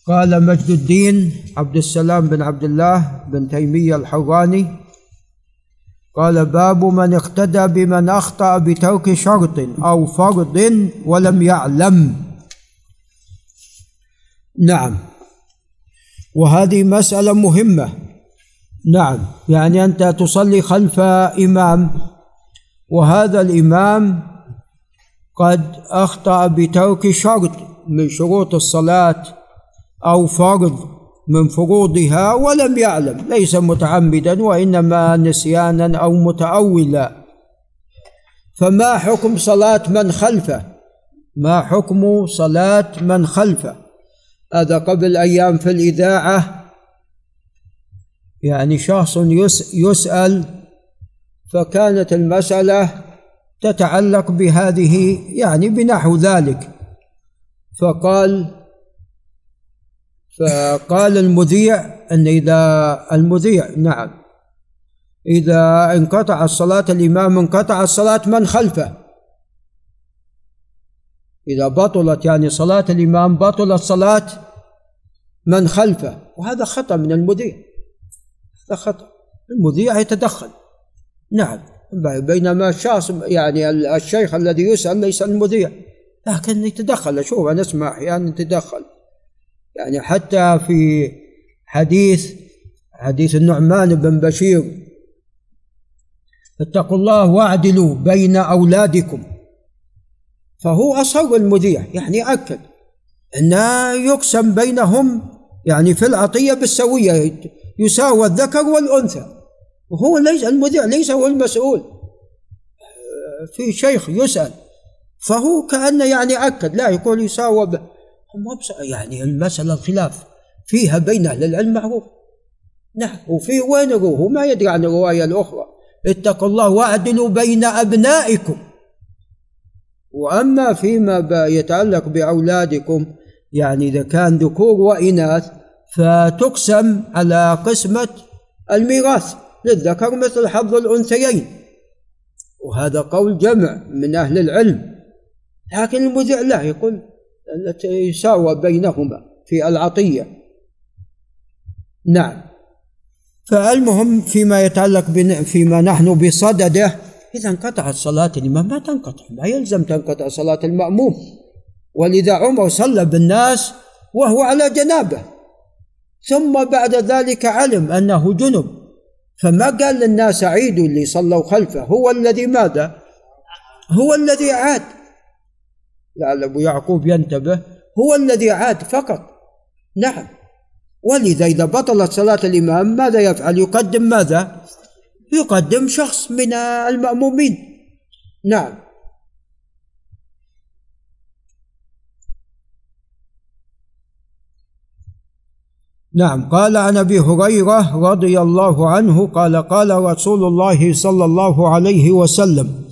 قال مجد الدين عبد السلام بن عبد الله بن تيمية الحراني قال: باب من اقتدى بمن أخطأ بترك شرط أو فرض ولم يعلم. نعم، وهذه مسألة مهمة. نعم، يعني أنت تصلي خلف إمام وهذا الإمام قد أخطأ بترك شرط من شروط الصلاة أو فرض من فروضها ولم يعلم، ليس متعمدا وإنما نسيانا أو متأولا، فما حكم صلاة من خلفه؟ ما حكم صلاة من خلفه؟ هذا قبل أيام في الإذاعة يعني شخص يسأل، فكانت المسألة تتعلق بهذه يعني بنحو ذلك، فقال المذيع أن إذا انقطع الصلاة الإمام انقطع الصلاة من خلفه، إذا بطلت يعني صلاة الإمام بطلت صلاة من خلفه، وهذا خطأ من المذيع، هذا خطأ، المذيع يتدخل. نعم، بينما الشخص يعني الشيخ الذي يسأل ليس المذيع، لكن يتدخل. شوف أنا أسمع أحيانا يتدخل، يعني حتى في حديث النعمان بن بشير: اتقوا الله واعدلوا بين أولادكم، فهو أصر المذيع يعني أكد أنه يقسم بينهم يعني في العطية بالسوية، يساوى الذكر والأنثى، وهو ليس المذيع، ليس هو المسؤول، في شيخ يسأل فهو كأنه يعني أكد، لا يقول يساوى يعني المسألة الخلاف فيها بين أهل العلم معروف. نعم، وفي وين هو ما يدري عن الرواية الأخرى: اتقوا الله واعدلوا بين أبنائكم. وأما فيما يتعلق بأولادكم يعني إذا كان ذكور وإناث فتقسم على قسمة الميراث، للذكر مثل حظ الأنثيين، وهذا قول جمع من أهل العلم، لكن المذيع لا، يقول يساوى بينهما في العطية. نعم، فالمهم فيما يتعلق فيما نحن بصدده، إذا انقطعت صلاة الإمام ما تنقطع، ما يلزم تنقطع صلاة المأموم. ولذا عمر صلى بالناس وهو على جنابه، ثم بعد ذلك علم أنه جنب، فما قال للناس عيدوا اللي صلوا خلفه، هو الذي ماذا؟ هو الذي عاد. لعل أبو يعقوب ينتبه، هو الذي عاد فقط. نعم، ولذا إذا بطلت صلاة الإمام ماذا يفعل؟ يقدم ماذا؟ يقدم شخص من المأمومين. نعم. نعم، قال عن أبي هريرة رضي الله عنه قال: قال رسول الله صلى الله عليه وسلم: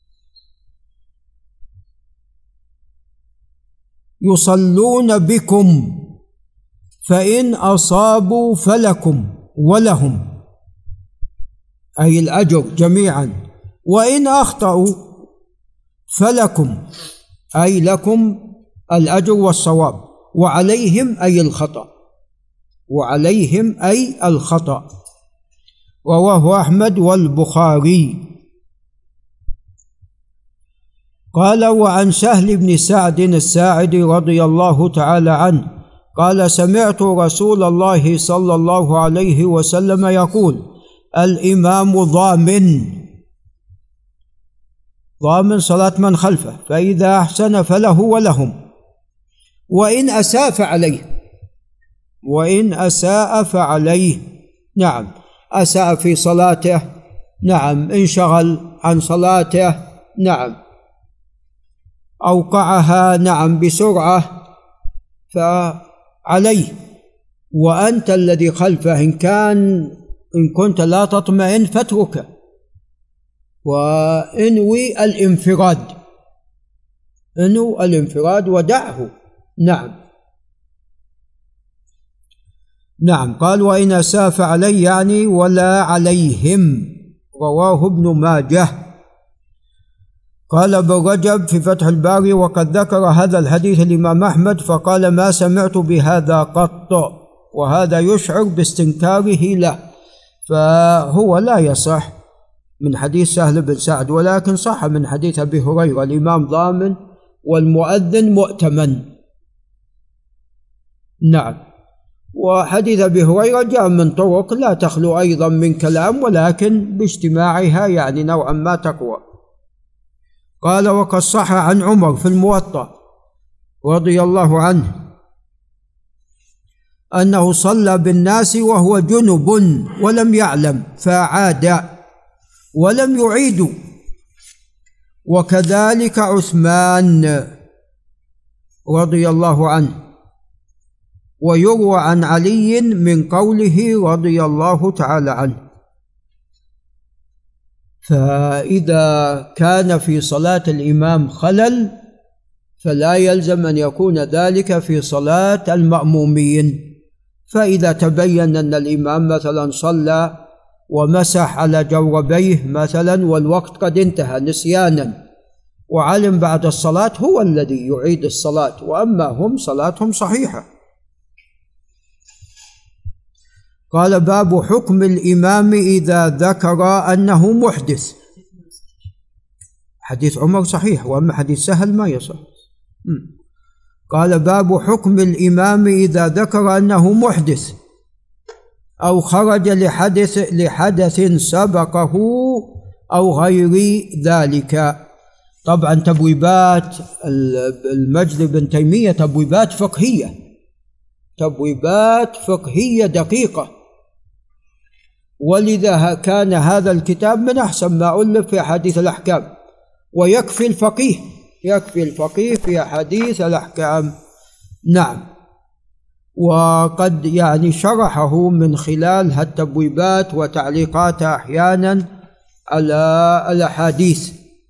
يصلون بكم فإن أصابوا فلكم ولهم، أي الأجر جميعا، وإن أخطأوا فلكم، أي لكم الأجر والصواب، وعليهم أي الخطأ، وعليهم أي الخطأ. رواه أحمد والبخاري. قال: وعن سهل بن سعد الساعدي رضي الله تعالى عنه قال: سمعت رسول الله صلى الله عليه وسلم يقول: الإمام ضامن صلاة من خلفه، فإذا أحسن فله ولهم، وإن أساء فعليه. نعم، أساء في صلاته، نعم، انشغل عن صلاته، نعم، أوقعها، نعم، بسرعة، فعليه. وأنت الذي خلفه إن كنت لا تطمئن فاتركه، وانوي الانفراد ودعه. نعم. قال: وإن أساء فعليه يعني ولا عليهم. رواه ابن ماجه. قال ابن رجب في فتح الباري: وقد ذكر هذا الحديث الإمام أحمد فقال: ما سمعت بهذا قط، وهذا يشعر باستنكاره له، فهو لا يصح من حديث سهل بن سعد، ولكن صح من حديث أبي هريرة: الإمام ضامن والمؤذن مؤتمن. نعم. وحديث أبي هريرة جاء من طرق لا تخلو أيضا من كلام، ولكن باجتماعها يعني نوعا ما تقوى. قال: وقد صح عن عمر في الموطأ رضي الله عنه أنه صلى بالناس وهو جنب ولم يعلم فعاد ولم يعيد، وكذلك عثمان رضي الله عنه. ويروى عن علي من قوله رضي الله تعالى عنه. فإذا كان في صلاة الإمام خلل فلا يلزم أن يكون ذلك في صلاة المأمومين. فإذا تبين أن الإمام مثلا صلى ومسح على جوربيه مثلا والوقت قد انتهى نسيانا، وعلم بعد الصلاة، هو الذي يعيد الصلاة، وأما هم صلاتهم صحيحة. قال: باب حكم الإمام إذا ذكر أنه محدث. حديث عمر صحيح، وأما حديث سهل ما يصح. قال: باب حكم الإمام إذا ذكر أنه محدث أو خرج لحدث سبقه أو غير ذلك. طبعا تبويبات المجد بن تيمية تبويبات فقهية دقيقة، ولذا كان هذا الكتاب من أحسن ما ألف في أحاديث الأحكام، ويكفي الفقيه في أحاديث الأحكام. نعم. وقد يعني شرحه من خلال التبويبات وتعليقات أحيانا على الأحاديث،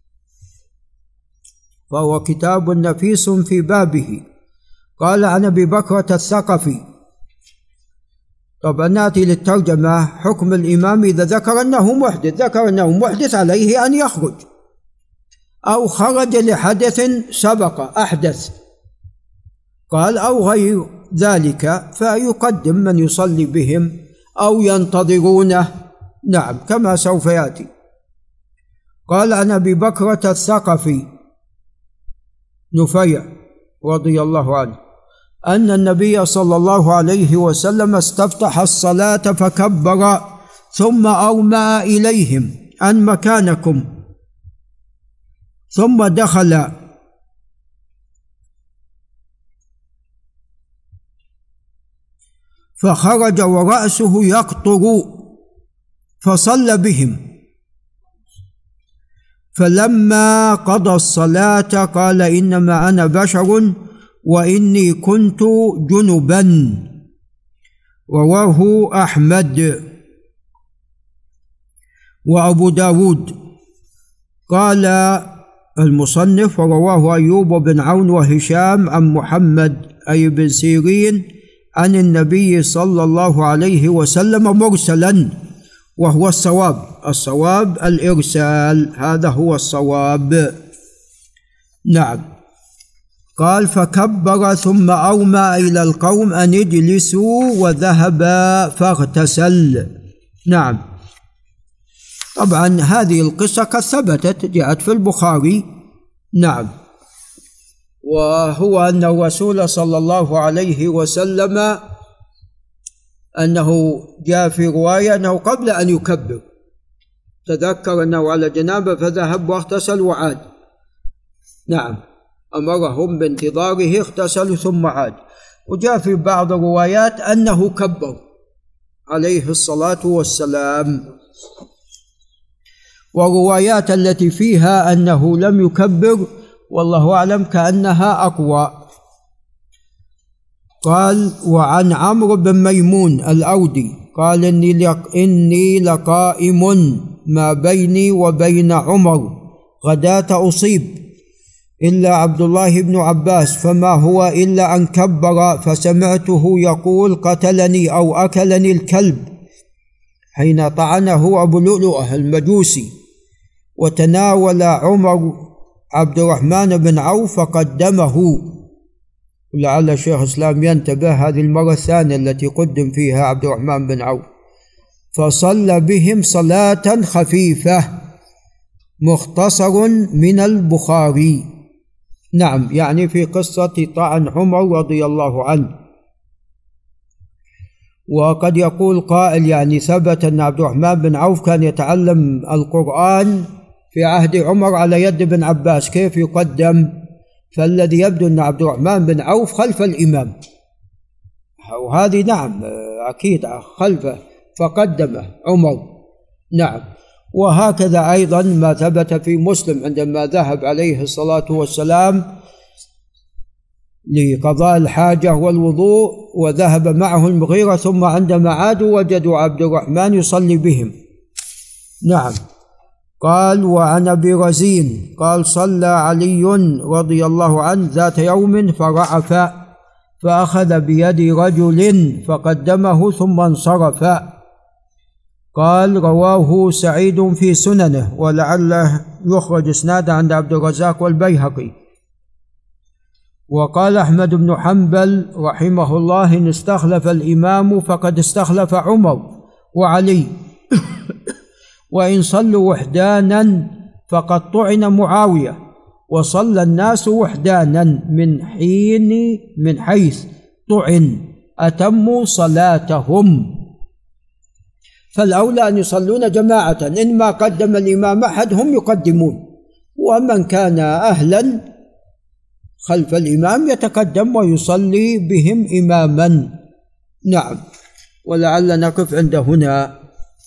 فهو كتاب نفيس في بابه. قال: عن أبي بكرة الثقفي. طبعا نأتي للترجمة. حكم الإمام إذا ذكر أنه محدث عليه أن يخرج، أو خرج لحدث سبق أحدث، قال أو غير ذلك، فيقدم من يصلي بهم أو ينتظرونه. نعم، كما سوف يأتي. قال: عن أبي بكرة الثقفي نفيع رضي الله عنه أن النبي صلى الله عليه وسلم استفتح الصلاة فكبر ثم أومأ إليهم أن مكانكم، ثم دخل فخرج ورأسه يقطر فصلى بهم، فلما قضى الصلاة قال: إنما أنا بشر وإني كنت جنبا. رواه أحمد وأبو داود. قال المصنف: ورواه أيوب بن عون وهشام عن محمد أي بن سيرين عن النبي صلى الله عليه وسلم مرسلا، وهو الصواب الإرسال، هذا هو الصواب. نعم. قال: فكبر ثم أومأ إلى القوم أن اجلسوا وذهب فاغتسل. نعم. طبعا هذه القصة قد ثبتت، جاءت في البخاري. نعم. وهو أن الرسول صلى الله عليه وسلم أنه جاء في رواية أنه قبل أن يكبر تذكر أنه على جنابه فذهب واغتسل وعاد. نعم، أمرهم بانتظاره، اغتسلوا ثم عاد. وجاء في بعض الروايات أنه كبر عليه الصلاة والسلام، والروايات التي فيها أنه لم يكبر والله أعلم كأنها أقوى. قال: وعن عمرو بن ميمون الأودي قال: إني لقائم ما بيني وبين عمر غداة أصيب إلا عبد الله بن عباس، فما هو إلا أن كبر فسمعته يقول: قتلني أو أكلني الكلب، حين طعنه أبو لؤلؤة المجوسي. وتناول عمر عبد الرحمن بن عوف فقدمه. لعل شيخ الإسلام ينتبه، هذه المرة الثانية التي قدم فيها عبد الرحمن بن عوف. فصلى بهم صلاة خفيفة، مختصر من البخاري. نعم، يعني في قصة طعن عمر رضي الله عنه. وقد يقول قائل يعني ثبت أن عبد الرحمن بن عوف كان يتعلم القرآن في عهد عمر على يد ابن عباس، كيف يقدم؟ فالذي يبدو أن عبد الرحمن بن عوف خلف الإمام، وهذه نعم أكيد خلفه فقدمه عمر. نعم. وهكذا أيضا ما ثبت في مسلم عندما ذهب عليه الصلاة والسلام لقضاء الحاجة والوضوء وذهب معه المغيرة، ثم عندما عادوا وجدوا عبد الرحمن يصلي بهم. نعم. قال: وعن أبي رزين قال: صلى علي رضي الله عنه ذات يوم فرعف، فأخذ بيد رجل فقدمه ثم انصرف. قال: رواه سعيد في سننه، ولعله يخرج اسناده عند عبد الرزاق والبيهقي. وقال أحمد بن حنبل رحمه الله: إن استخلف الإمام فقد استخلف عمر وعلي، وإن صلوا وحدانا فقد طعن معاوية، وصلى الناس وحدانا من حيث طعن أتموا صلاتهم. فالأولى أن يصلون جماعة، إنما قدم الإمام أحد هم يقدمون، ومن كان أهلا خلف الإمام يتقدم ويصلي بهم إماما. نعم. ولعل نقف عند هنا.